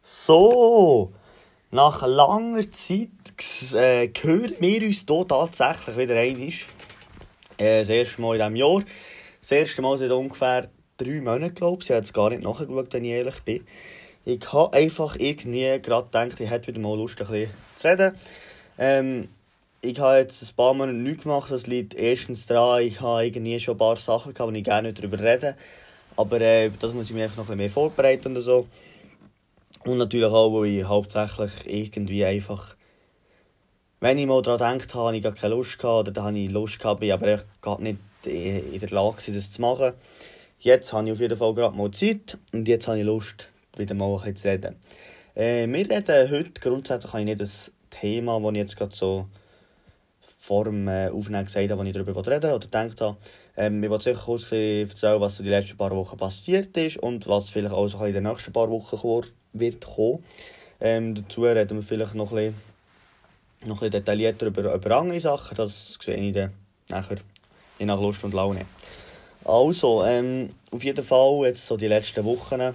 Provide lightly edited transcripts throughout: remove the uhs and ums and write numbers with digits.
So, nach langer Zeit hören wir uns hier tatsächlich wieder einmal. Das erste Mal in diesem Jahr. Das erste Mal seit ungefähr 3 Monaten, glaube ich. Ich habe jetzt gar nicht nachgeschaut, wenn ich ehrlich bin. Ich habe einfach irgendwie gerade gedacht, ich hätte wieder mal Lust, ein bisschen zu reden. Ich habe jetzt ein paar Monate nichts gemacht. Das liegt erstens daran, ich habe irgendwie schon ein paar Sachen gehabt, wo ich gerne nicht darüber rede. Aber das muss ich mir einfach noch ein bisschen mehr vorbereiten und so. Und natürlich auch, weil ich hauptsächlich irgendwie einfach, wenn ich mal daran gedacht habe, habe ich gar keine Lust gehabt, oder da habe ich Lust gehabt, bin aber echt gar nicht in der Lage gewesen, das zu machen. Jetzt habe ich auf jeden Fall gerade mal Zeit und jetzt habe ich Lust, wieder mal ein bisschen zu reden. Wir reden heute, grundsätzlich habe ich nicht das Thema, das ich jetzt gerade so vor dem Aufnehmen gesagt habe, wo ich darüber reden oder gedacht habe. Ich wollte sicher kurz erzählen, was so die letzten paar Wochen passiert ist und was vielleicht auch so in den nächsten paar Wochen wird kommen. Dazu reden wir vielleicht noch ein bisschen detaillierter über andere Sachen. Das sehe ich dann nachher, je nach Lust und Laune. Also, auf jeden Fall jetzt so die letzten Wochen.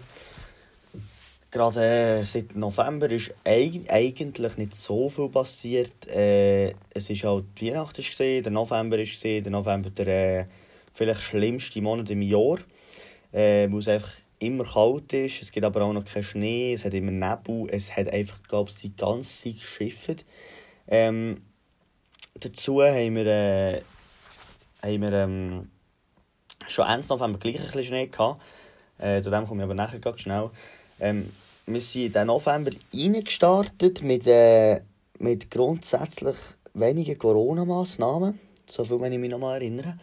Gerade seit November ist eigentlich nicht so viel passiert. Es war halt die Weihnacht, der November war, der November der vielleicht schlimmste Monat im Jahr, wo es einfach immer kalt ist, es gibt aber auch noch keinen Schnee, es hat immer Nebel, es hat einfach, glaube ich, die ganze Zeit geschifft. Dazu haben wir schon Ende November gleich ein bisschen Schnee gehabt. Zu dem komme ich aber nachher ganz schnell. Wir sind in den November reingestartet mit grundsätzlich wenigen Corona-Massnahmen, so viel, wenn ich mich noch mal erinnere.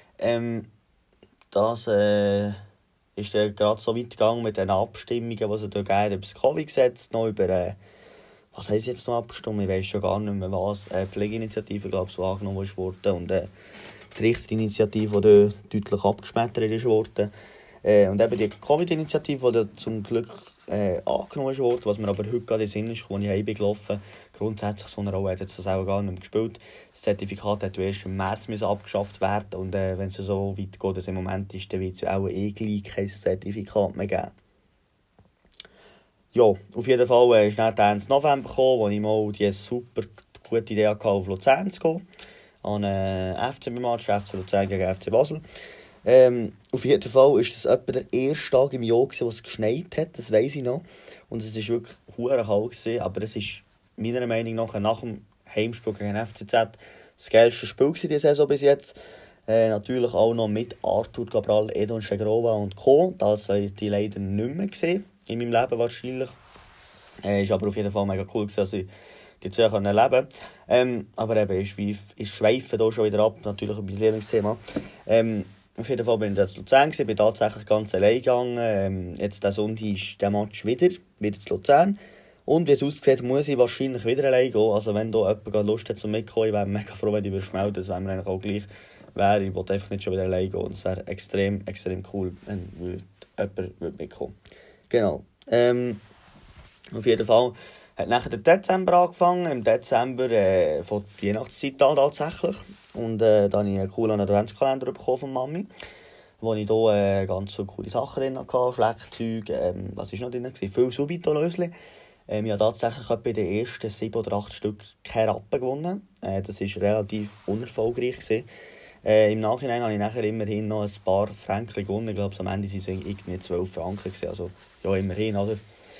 Das ist dann gerade so weit gegangen mit den Abstimmungen, die es da gibt, über das Covid-Gesetz, noch über, was heisst jetzt noch abgestimmt, ich weiss schon gar nicht mehr was, die Pflegeinitiative, glaube ich, so angenommen wurde und die Richterinitiative, die deutlich abgeschmettert wurde. Und eben die Covid-Initiative, die zum Glück angenommen wurde, was mir aber heute gerade in den Sinn ist, als ich heimgelaufen bin. Grundsätzlich so eine Rolle hat jetzt das auch gar nicht mehr gespielt. Das Zertifikat hat erst im März abgeschafft werden und wenn es so weit geht, dass im Moment ist, dann wird es auch gleich kein Zertifikat mehr geben. Ja, auf jeden Fall ist dann Ende November gekommen, wo ich mal die super gute Idee hatte, auf Luzern zu gehen. An einen FCB-Match, FC Luzern gegen FC Basel. Auf jeden Fall war das etwa der erste Tag im Jahr, wo es geschneit hat, das weiss ich noch. Und es war wirklich verdammt kalt, aber es ist meiner Meinung nach dem Heimspiel gegen FCZ das geilste Spiel dieser Saison bis jetzt. Natürlich auch noch mit Arthur Cabral, Edon Schegrova und Co. Das habe ich leider nicht mehr gesehen, in meinem Leben wahrscheinlich. Ist aber auf jeden Fall mega cool, dass ich die zwei erleben konnte. Aber eben, ich schweife hier schon wieder ab, natürlich über mein Lieblingsthema. Auf jeden Fall bin ich in Luzern, bin tatsächlich ganz allein gegangen. Jetzt diesen Sonntag ist der Match wieder zu Luzern. Und wie es aussieht, muss ich wahrscheinlich wieder allein gehen. Also wenn da jemand Lust hat zum Mitkommen, ich wäre mega froh, wenn ich melden würde. Das wäre mir eigentlich auch gleich. Ich wollte einfach nicht schon wieder allein gehen. Und es wäre extrem, extrem cool, wenn jemand mitkommen würde. Genau. Auf jeden Fall hat nachher der Dezember angefangen. Im Dezember von der Weihnachtszeit an tatsächlich. Und da habe ich einen coolen Adventskalender bekommen von Mami, wo ich hier ganz so coole Sachen drin hatte, Schleckzeug, was war noch drin? Viel Subito-Lösli. Ich habe tatsächlich bei den ersten 7 oder 8 Stück keine Rappen gewonnen. Das war relativ unerfolgreich. Im Nachhinein habe ich nachher immerhin noch ein paar Franken gewonnen. Ich glaube, am Ende waren es irgendwie 12 Franken. Also ja, immerhin, oder?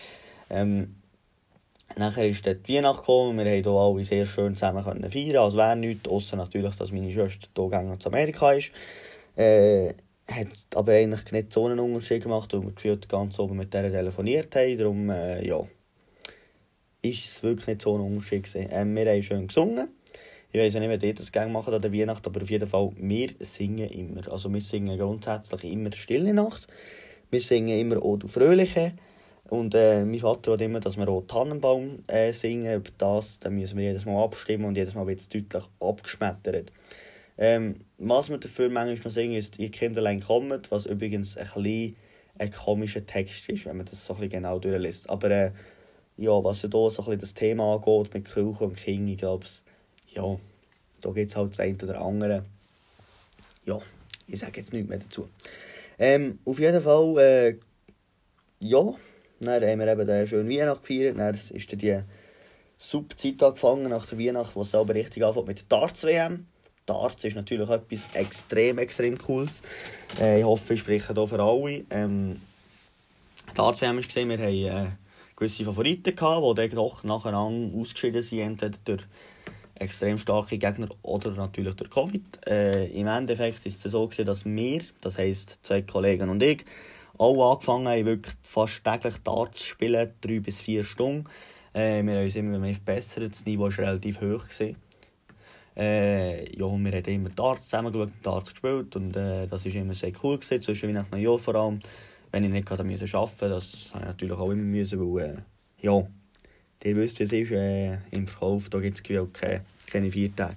Nachher ist dann die Weihnacht gekommen, wir konnten hier alle sehr schön zusammen feiern, als wäre nichts, ausser natürlich, dass meine Schwester hier zu Amerika ist. Hat aber eigentlich nicht so einen Unterschied gemacht, weil wir gefühlt ganz oben mit der telefoniert haben, darum, ja, ist es wirklich nicht so ein Unterschied gewesen. Wir haben schön gesungen. Ich weiss ja nicht, wer das gerne macht an der Weihnacht, aber auf jeden Fall, wir singen immer. Also wir singen grundsätzlich immer «Stille Nacht», wir singen immer «O du Fröhliche». Und mein Vater will immer, dass wir auch «Tannenbaum» singen. Über das dann müssen wir jedes Mal abstimmen und jedes Mal wird es deutlich abgeschmettert. Was wir dafür manchmal noch singen, ist «Ihr Kinderlein kommt», was übrigens ein komischer Text ist, wenn man das so ein bisschen genau durchliest. Aber ja, was ja hier so ein bisschen das Thema angeht mit Kirche und Kind, ich glaube, ja, da gibt es halt das eine oder andere. Ja, ich sage jetzt nichts mehr dazu. Auf jeden Fall, ja, Dann haben wir eben den schönen Weihnachten gefeiert. Dann ist dann die super Zeit angefangen nach der Weihnacht, wo es aber richtig anfängt mit der Darts-WM. Darts ist natürlich etwas extrem Cooles. Ich hoffe, ich spreche hier für alle. Darts-WM war, wir haben gewisse Favoriten gehabt, die dann doch nacheinander ausgeschieden sind, entweder durch extrem starke Gegner oder natürlich durch Covid. Im Endeffekt ist es so gewesen, dass wir, das heisst 2 Kollegen und ich, alle angefangen haben, wirklich fast täglich Darts zu spielen, 3 bis 4 Stunden. Wir haben uns immer mehr verbessert, das Niveau war relativ hoch gewesen. Wir haben immer Darts zusammengeschaut, Darts gespielt und das war immer sehr cool gewesen, zwischen Weihnachten und Neujahr vor allem. Wenn ich nicht gerade arbeiten musste, das habe ich natürlich auch immer müssen, weil, ihr wisst, wie es ist, im Verkauf, da gibt es keine 4 Tage.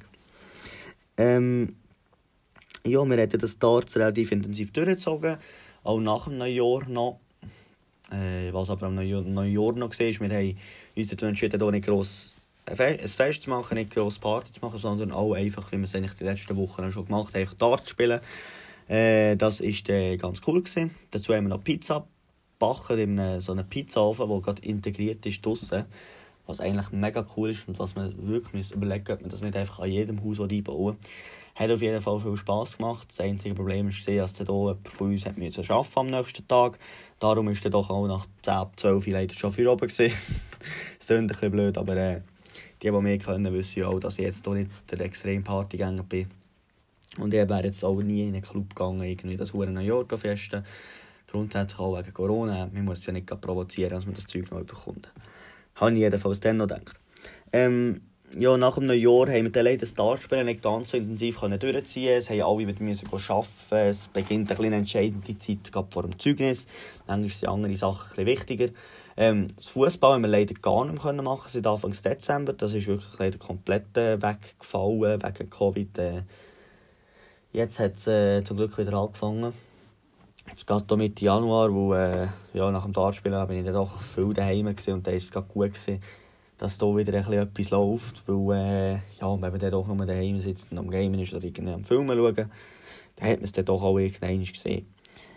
Wir haben das Darts relativ intensiv durchgezogen, auch nach dem Neujahr noch. Was aber am Neujahr noch war, wir haben uns dazu entschieden, hier nicht gross ein Fest zu machen, nicht gross Party zu machen, sondern auch einfach, wie wir es eigentlich die letzten Wochen schon gemacht haben, einfach Darts zu spielen. Das war ganz cool gewesen. Dazu haben wir noch Pizza gebacken in so einem Pizzaofen, der gerade integriert ist draussen. Was eigentlich mega cool ist und was man wirklich überlegen müsste, ob man das nicht einfach an jedem Haus einbauen will. Hat auf jeden Fall viel Spass gemacht. Das einzige Problem war, dass hier jemand von uns arbeiten am nächsten Tag. Darum war er doch auch nach 10, 12 leider schon für oben gewesen. Das klingt ein bisschen blöd, aber die mehr können, wissen ja auch, dass ich jetzt hier nicht der extrem Partygänger bin. Und ich wäre jetzt auch nie in einen Club gegangen, irgendwie das New York festen. Grundsätzlich auch wegen Corona. Man muss ja nicht provozieren, dass man das Zeug noch bekommt. Habe ich jedenfalls dann noch gedacht. Nach dem Neujahr haben wir dann leider das Dartspielen nicht ganz so intensiv durchziehen. Es haben alle mit mir arbeiten. Es beginnt eine entscheidende Zeit vor dem Zeugnis. Manchmal sind andere Sachen ein bisschen wichtiger. Das Fußball haben wir leider gar nicht mehr machen seit Anfang Dezember. Das ist wirklich leider komplett weggefallen wegen Covid. Jetzt hat es zum Glück wieder angefangen. Es geht hier Mitte Januar, wo nach dem Dartspielen bin ich dann doch viel daheim gewesen, und da war es gut gewesen, dass hier wieder etwas läuft, weil wenn man dann doch nur daheim sitzt und am Gamen ist oder irgendwie am Film schauen, dann hat man es dann doch auch irgendwann gesehen.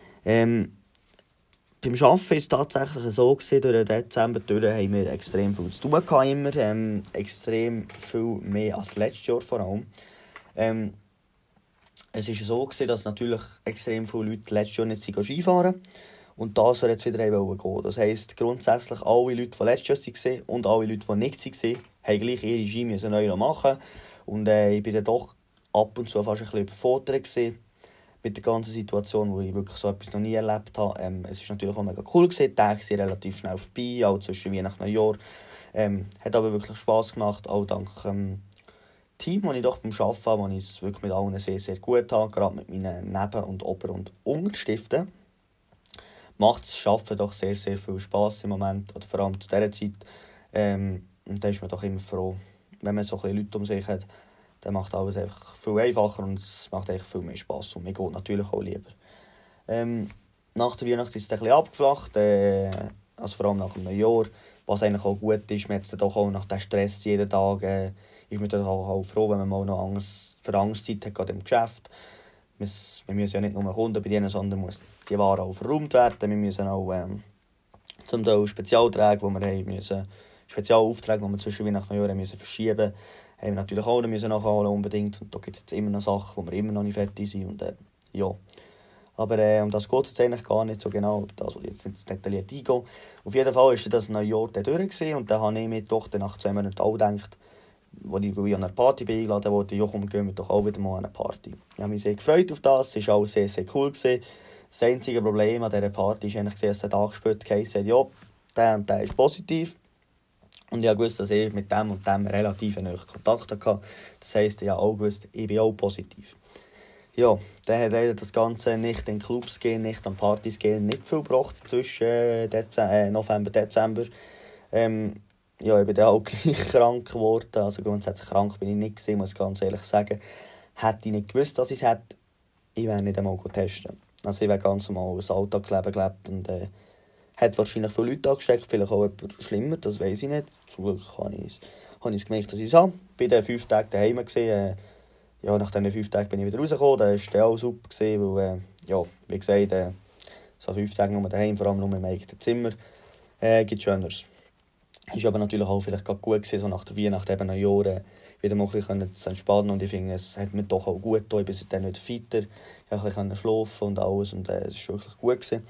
Beim Arbeiten war es tatsächlich so gewesen, durch den Dezember haben wir extrem viel zu tun gehabt, immer. Extrem viel mehr als letztes Jahr vor allem. Es war so gewesen, dass natürlich extrem viele Leute letztes Jahr nicht Skifahren und das jetzt wieder gehen. Das heisst, grundsätzlich alle Leute, die letztes Jahr waren und alle Leute, die nicht waren, haben gleich ihre Ski neu machen. Und ich war dann doch ab und zu fast ein bisschen überfordert gewesen mit der ganzen Situation, wo ich wirklich so etwas noch nie erlebt habe. Es war natürlich auch mega cool gewesen. Die Tage sind relativ schnell vorbei, auch zwischen Weihnachten und Neujahr. Hat aber wirklich Spass gemacht, auch dank Team, das ich doch beim Arbeiten habe, wo ich es wirklich mit allen sehr, sehr gut habe, gerade mit meinen Neben- und Ober- und Unterstiften. Macht das Arbeiten doch sehr, sehr viel Spass im Moment, oder vor allem zu dieser Zeit. Und da ist man doch immer froh, wenn man so ein bisschen Leute um sich hat, dann macht alles einfach viel einfacher und es macht eigentlich viel mehr Spass und mir geht natürlich auch lieber. Nach der Weihnacht ist es ein bisschen abgeflacht, also vor allem nach dem Neujahr, was eigentlich auch gut ist. Man hat es dann doch auch nach dem Stress jeden Tag, ist man dann auch froh, wenn man mal noch Verhandlungszeit hat, gerade im Geschäft. Wir müssen ja nicht nur Kunden bedienen, sondern muss die Ware auch verräumt werden. Wir müssen auch zum Teil Spezialaufträge, die wir haben müssen, Spezialaufträge, die wir zwischen Weihnachten und Neujahr müssen verschieben, haben wir natürlich auch nachholen unbedingt. Und da gibt es jetzt immer noch Sachen, wo wir immer noch nicht fertig sind. Und, Aber um das geht es jetzt eigentlich gar nicht so genau, das will ich jetzt nicht detailliert eingehen. Auf jeden Fall war das Neujahr dann durch gewesen, und dann habe ich mir doch nach 2 Monaten auch gedacht, weil ich an einer Party bin eingeladen wurde, gehen wir doch auch wieder mal an eine Party. Ich habe mich sehr gefreut auf das, es war auch sehr, sehr cool gewesen. Das einzige Problem an dieser Party war eigentlich, dass ein Tag später gesagt ja, der und der ist positiv. Und ich wusste, dass ich mit dem und dem relativ nahen Kontakt hatte. Das heisst, ich habe auch gewusst, ich bin auch positiv. Ja, dann hat leider das Ganze nicht in Clubs gehen, nicht an Partys gehen, nicht viel gebracht zwischen November und Dezember. Ich bin dann auch gleich krank geworden. Also grundsätzlich krank bin ich nicht gewesen, muss ich ganz ehrlich sagen. Hätte ich nicht gewusst, dass ich es hätte, ich wäre nicht einmal testen. Also ich wäre ganz normal ein Alltagsleben gelebt und hat wahrscheinlich viele Leute angesteckt, vielleicht auch jemand schlimmer, das weiß ich nicht. Zum Glück habe ich gemerkt, dass ich es habe. Ich war dann 5 Tage daheim gewesen. Nach diesen 5 Tagen bin ich wieder rausgekommen. Das war auch super gewesen, weil, wie gesagt, so 5 Tage nur daheim, vor allem nur im eigenen Zimmer. gibt Schöneres. Ist aber natürlich auch vielleicht gerade gut gewesen, so nach der Weihnacht, eben Neujahr, wieder mal ein bisschen zu entspannen. Und ich finde, es hat mir doch auch gut getan. Ich bin seitdem wieder fitter. Ich konnte schlafen und alles. Und es war wirklich gut gewesen.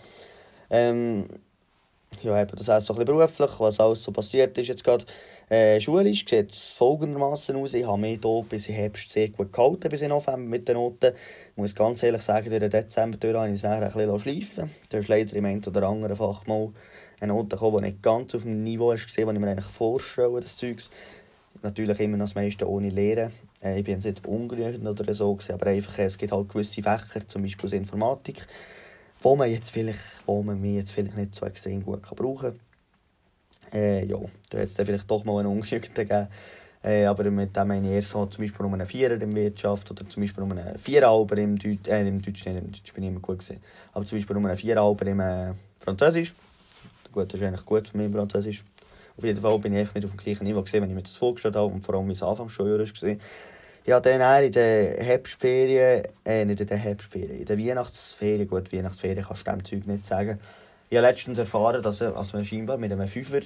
Ja, eben, das heisst so ein bisschen beruflich, was alles so passiert ist jetzt gerade. Schulisch sieht es folgendermaßen aus. Ich habe mich hier bis im Herbst sehr gut gehalten, bis in November mit den Noten. Ich muss ganz ehrlich sagen, durch den Dezember habe ich es nachher ein bisschen schleifen. Da ist leider im einen oder anderen Fach mal eine Note gekommen, die nicht ganz auf dem Niveau war, das ich mir eigentlich vorstelle, das Zeugs. Natürlich immer noch das meiste ohne Lehren. Ich bin jetzt nicht ungenügend oder so, aber einfach, es gibt halt gewisse Fächer, zum Beispiel aus Informatik, wo man mich jetzt vielleicht nicht so extrem gut brauchen kann. Ja, da hat es dann vielleicht doch mal einen Ungenügenden gegeben. Aber mit dem meine ich eher so, zum Beispiel um einen Vierer in Wirtschaft oder zum Beispiel um einen Viererhalber im Deutsch, im Deutsch bin ich immer gut gewesen. Aber zum Beispiel um einen Viererhalber im Französisch. Gut, das ist eigentlich gut für mich im Französisch. Auf jeden Fall bin ich einfach nicht auf dem gleichen Niveau gesehen, wenn ich mir das vorgestellt habe und vor allem mein Anfangsschuljahr war. Ja, dann in den Herbstferien, nicht in den Herbstferien, in den Weihnachtsferien, gut, Weihnachtsferien kannst du dem Zeug nicht sagen. Ich habe letztens erfahren, dass man scheinbar mit einem Fünfer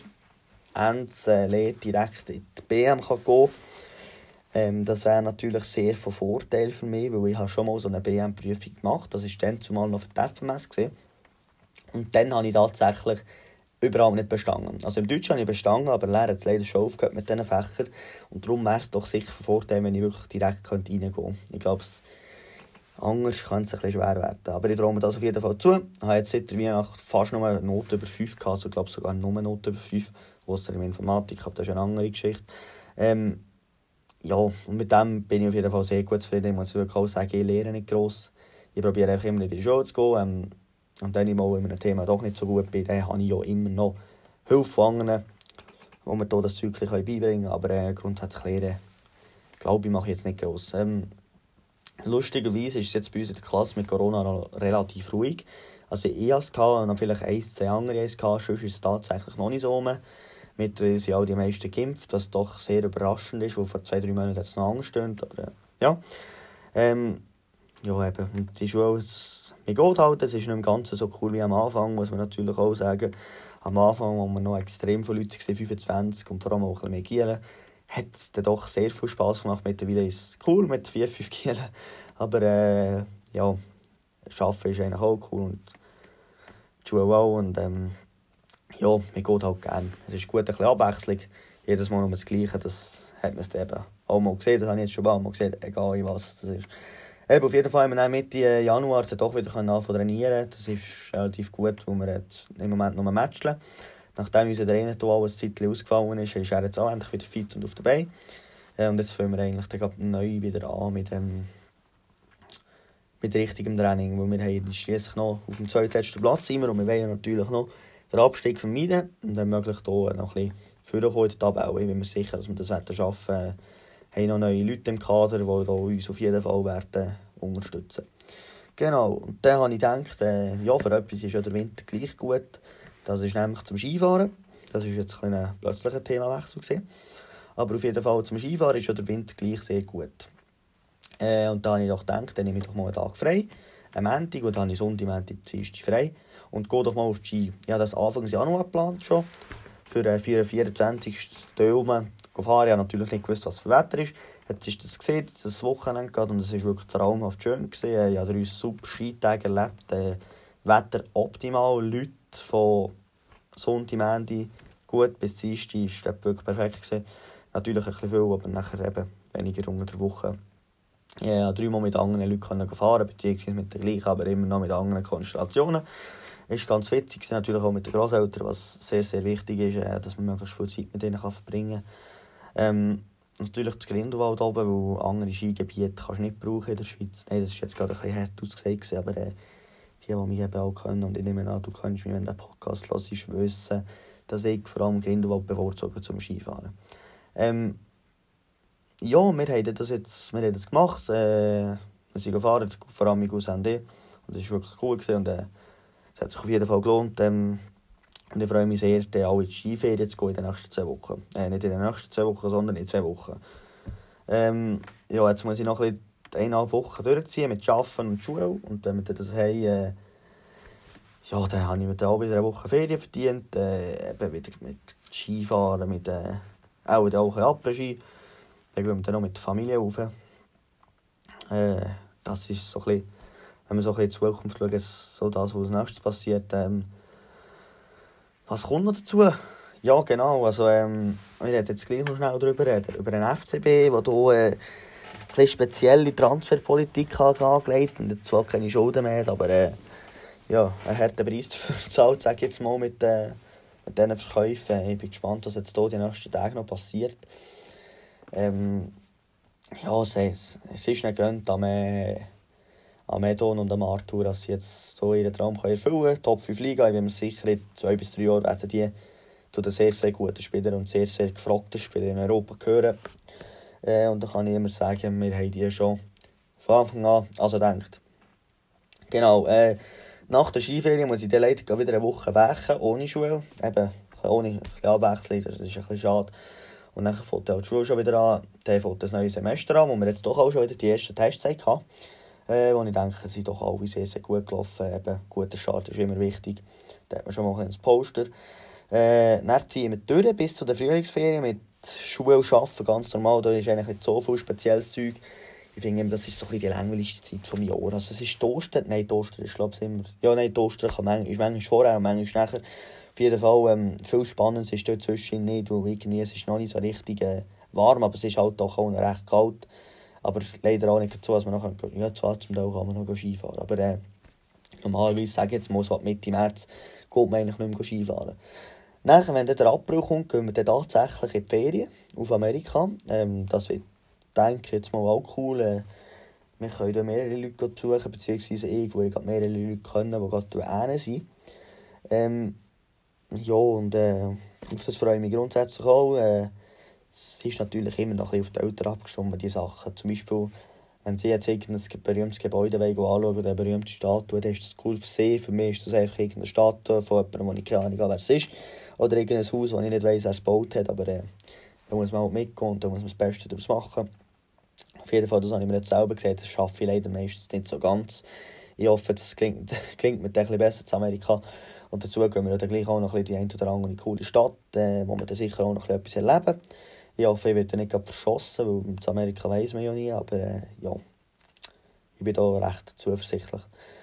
Lehre direkt in die BM gehen kann. Das wäre natürlich sehr von Vorteil für mich, weil ich schon mal so eine BM-Prüfung gemacht habe. Das war dann zumal noch für die FMS. Und dann habe ich tatsächlich überall nicht bestanden. Also im Deutschen habe ich bestanden, aber Lehrer hat es leider schon aufgehört mit diesen Fächern. Und darum wäre es doch sicher von Vorteil, wenn ich wirklich direkt reingehen könnte. Ich glaube, anders kann es ein bisschen schwer werden. Aber ich traue mir das auf jeden Fall zu. Ich habe jetzt seit der Weihnacht fast nur eine Note über 5 gehabt. Also ich glaube sogar nur eine Note über 5. Ausser in Informatik, aber das ist eine andere Geschichte. Ja, und mit dem bin ich auf jeden Fall sehr gut zufrieden. Ich muss wirklich auch sagen, ich lehre nicht gross. Ich probiere einfach immer in die Schule zu gehen. Und wenn ich mal in einem Thema doch nicht so gut bin, dann habe ich ja immer noch Hilfe von anderen, wo mir das Zeug beibringen können. Aber grundsätzlich lehren, glaube ich, mache ich jetzt nicht gross. Lustigerweise ist es jetzt bei uns in der Klasse mit Corona noch relativ ruhig. Also ich hatte es und noch vielleicht 1-2 andere sonst ist es tatsächlich noch nicht so rum. Mittlerweile sind auch die meisten geimpft, was doch sehr überraschend ist, weil vor 2-3 Monaten hat es noch angestanden. Aber ja. Ja, eben. Und die Schule, mir geht halt, es ist nicht im Ganzen so cool wie am Anfang, muss man natürlich auch sagen. Am Anfang, wo wir noch extrem viele Leute waren, 25 und vor allem auch ein bisschen mehr Gielen, hat es dann doch sehr viel Spass gemacht. Mittlerweile ist es cool mit 4-5 Gielen. Aber ja, Arbeiten ist eigentlich auch cool und die Schule auch. Und ja, mir geht halt gerne. Es ist gut, ein bisschen Abwechslung. Jedes Mal nur das Gleiche, das hat man eben auch mal gesehen. Das habe ich jetzt schon mal gesehen, egal was das ist. Eben, auf jeden Fall haben wir dann Mitte Januar doch wieder anfangen zu trainieren. Das ist relativ gut, weil wir jetzt im Moment noch matchen. Nachdem unser Trainer hier alles ein Zeitchen ausgefallen ist er jetzt auch endlich wieder fit und auf der Beine. Und jetzt fangen wir eigentlich dann neu wieder an mit richtigem Training, weil wir haben schliesslich noch auf dem zweitletzten Platz immer und wir wollen natürlich noch den Abstieg vermeiden und wenn möglich hier noch ein bisschen vorkommen in der Tabelle. Ich bin mir sicher, dass wir das schaffen werden. Wir haben noch neue Leute im Kader, die uns auf jeden Fall werden unterstützen. Genau, und dann habe ich gedacht, ja, für etwas ist ja der Winter gleich gut. Das ist nämlich zum Skifahren. Das war jetzt ein plötzlicher Themawechsel gewesen. Aber auf jeden Fall zum Skifahren ist ja der Winter gleich sehr gut. Und da habe ich doch gedacht, dann nehme ich doch mal einen Tag frei. Am Montag, und dann habe ich Sonntag, Montag, Dienstag frei. Und gehe doch mal auf die Ski. Ich habe das Anfang Januar geplant schon. Für den 24. fahren. Ich habe natürlich nicht gewusst, was für Wetter ist. Jetzt ist das gesehen, das Wochenende gehabt, und es war wirklich traumhaft schön gewesen. Ich habe 3 super Skitage erlebt. Wetter optimal. Leute von Sonntag, Montag, gut bis Dienstag war es wirklich perfekt gewesen. Natürlich ein bisschen viel, aber nachher eben weniger unter der Woche. Ich konnte 3 Mal mit anderen Leuten fahren, beziehungsweise mit den gleichen, aber immer noch mit anderen Konstellationen. Es war ganz witzig, natürlich auch mit den Grosseltern, was sehr, sehr wichtig ist, dass man möglichst viel Zeit mit ihnen verbringen kann. Natürlich das Grindelwald oben, weil andere Skigebiete kannst du nicht brauchen in der Schweiz. Nein, das ist jetzt gerade ein bisschen hart ausgesagt, aber die mich eben auch können, und ich nehme an, du kannst mich, wenn du den Podcast hörst, wissen, dass ich vor allem Grindelwald bevorzuge zum Skifahren. Ja, wir haben das gemacht. Wir sind gefahren, vor allem mit Cousin und das war wirklich cool gewesen, und es hat sich auf jeden Fall gelohnt. Und ich freue mich sehr, alle in die Skiferien zu gehen in den nächsten 2 Wochen. Nicht in den nächsten 2 Wochen, sondern in 2 Wochen. Ja, jetzt muss ich noch ein bisschen 1,5 Wochen durchziehen mit Arbeiten und Schule. Und wenn wir das haben, ja, dann habe ich mir dann auch wieder eine Woche Ferien verdient. Eben wieder mit Skifahren, mit auch ein Après-Ski. Dann gehen wir dann noch mit der Familie rauf. Das ist so ein bisschen, wenn wir so ein bisschen in die Zukunft schauen, so das, was als nächstes passiert. Was kommt noch dazu? Ja, genau. Also, wir reden jetzt gleich noch schnell darüber reden. Über den FCB, der hier eine spezielle Transferpolitik angelegt hat. Und jetzt zwar keine Schulden mehr, aber ja, einen harten Preis dafür gezahlt, sage ich jetzt mal, mit diesen Verkäufen. Ich bin gespannt, was jetzt hier die nächsten Tage noch passiert. Ja, es ist nicht gönnt am Edon und am Arthur, dass sie jetzt so ihren Traum erfüllen können. Top 5 Liga, ich bin mir sicher, in 2 bis 3 Jahren werden die zu den sehr, sehr guten Spielern und sehr, sehr gefragten Spielern in Europa gehören. Und da kann ich immer sagen, wir haben die schon von Anfang an gedacht. Genau, nach der Skiferie muss ich dann leider wieder eine Woche werken, ohne Schule. Eben, ohne Abwechslung, das ist ein bisschen schade. Und dann fängt auch die Schule schon wieder an. Dann fängt das neue Semester an, wo wir jetzt doch auch schon wieder die ersten Tests hatten. Wo ich denke, sie sind doch alle sehr, sehr gut gelaufen. Eben, guter Start ist immer wichtig. Da hat man schon mal ein Poster. Dann ziehen wir durch bis zu den Frühlingsferien mit Schule und Arbeiten, ganz normal. Da ist eigentlich nicht so viel spezielles Zeug. Ich finde, das ist so ein bisschen die langweiligste Zeit des Jahres. Also es ist Ostern. Nein, Ostern ist, glaube ich, immer... Ja, nein, Ostern ist manchmal vorher und manchmal nachher. Auf jeden Fall, viel Spannendes ist dort zwischen nicht, weil irgendwie, es ist noch nicht so richtig warm, aber es ist halt doch auch noch recht kalt. Aber leider auch nicht dazu, dass man noch... Ja, zwar zum Teil kann man noch Skifahren, aber normalerweise, sage ich jetzt mal, so ab Mitte März geht man eigentlich nicht mehr Skifahren. Nachher, wenn dann der April kommt, gehen wir dann tatsächlich in die Ferien auf Amerika. Das wird, denke ich, jetzt mal auch cool. Wir können da mehrere Leute besuchen, beziehungsweise ich, wo ich mehrere Leute kennen, die gerade hin sind. Ja, und auf das freue ich mich grundsätzlich auch. Es ist natürlich immer noch ein bisschen auf die Eltern abgestimmt, diese Sachen. Zum Beispiel, wenn sie jetzt irgendein berühmtes Gebäude anschauen oder eine berühmte Statue, dann ist das cool für sie. Für mich ist das einfach irgendeine Statue von jemandem, wo ich keine Ahnung habe, wer es ist. Oder irgendein Haus, das ich nicht weiss, wer es gebaut hat. Aber da muss man halt mitgehen und da muss man das Beste daraus machen. Auf jeden Fall, das habe ich mir jetzt selber gesagt, das schaffe ich leider meistens nicht so ganz. Ich hoffe, das klingt mir ein bisschen besser in Amerika. Und dazu gehen wir dann gleich auch noch die eine oder andere coole Stadt, wo wir dann sicher auch noch etwas erleben. Ich hoffe, ich werde nicht gerade verschossen, weil in Amerika weiss man ja nie, aber ja, ich bin da recht zuversichtlich.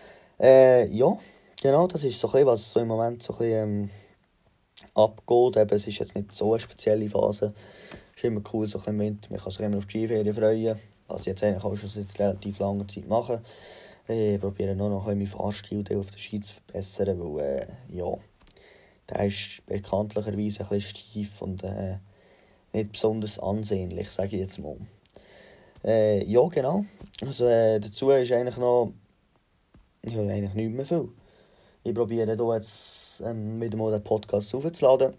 Ja, genau, das ist so ein bisschen, was so im Moment so ein bisschen abgeht. Eben, es ist jetzt nicht so eine spezielle Phase. Es ist immer cool, so ein bisschen im Winter. Man kann sich immer auf die Skiferien freuen, was ich jetzt eigentlich auch schon seit relativ langer Zeit mache. Ich probiere noch ein bisschen meinen Fahrstil auf der Ski zu verbessern, weil ja, der ist bekanntlicherweise ein bisschen steif und nicht besonders ansehnlich, sage ich jetzt mal. Ja, genau. Also dazu ist eigentlich noch eigentlich nicht mehr viel. Ich probiere hier jetzt wieder mal den Podcast aufzuladen.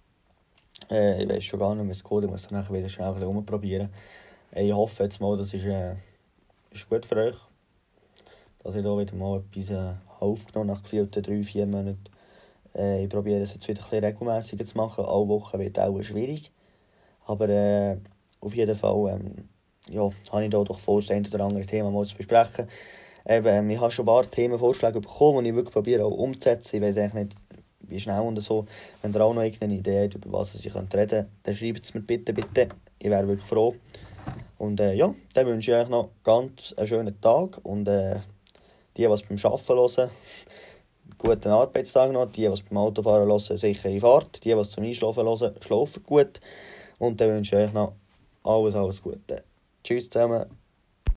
Ich weiß schon gar nicht, wie es geht. Ich muss dann wieder schnell herumprobieren. Ich hoffe jetzt mal, das ist gut für euch. Dass ich hier wieder mal etwas aufgenommen nach gefühlten 3-4 Monaten. Ich probiere es jetzt wieder ein bisschen regelmässiger zu machen. Alle Wochen wird auch schwierig. Aber auf jeden Fall ja, habe ich da doch vor, das eine oder andere Thema mal zu besprechen. Ich habe schon ein paar Themenvorschläge bekommen, die ich wirklich probiere auch umzusetzen. Ich weiß eigentlich nicht, wie schnell und so. Wenn ihr auch noch irgendeine Idee habt, über was ich reden könnte, dann schreibt es mir bitte. Ich wäre wirklich froh. Und ja, dann wünsche ich euch noch ganz einen schönen Tag. Und die beim Arbeiten hören, guten Arbeitstag noch. Die beim Autofahren hören, sichere Fahrt. Die zum Einschlafen hören, schlafen gut. Und dann wünsche ich euch noch alles Gute. Tschüss zusammen.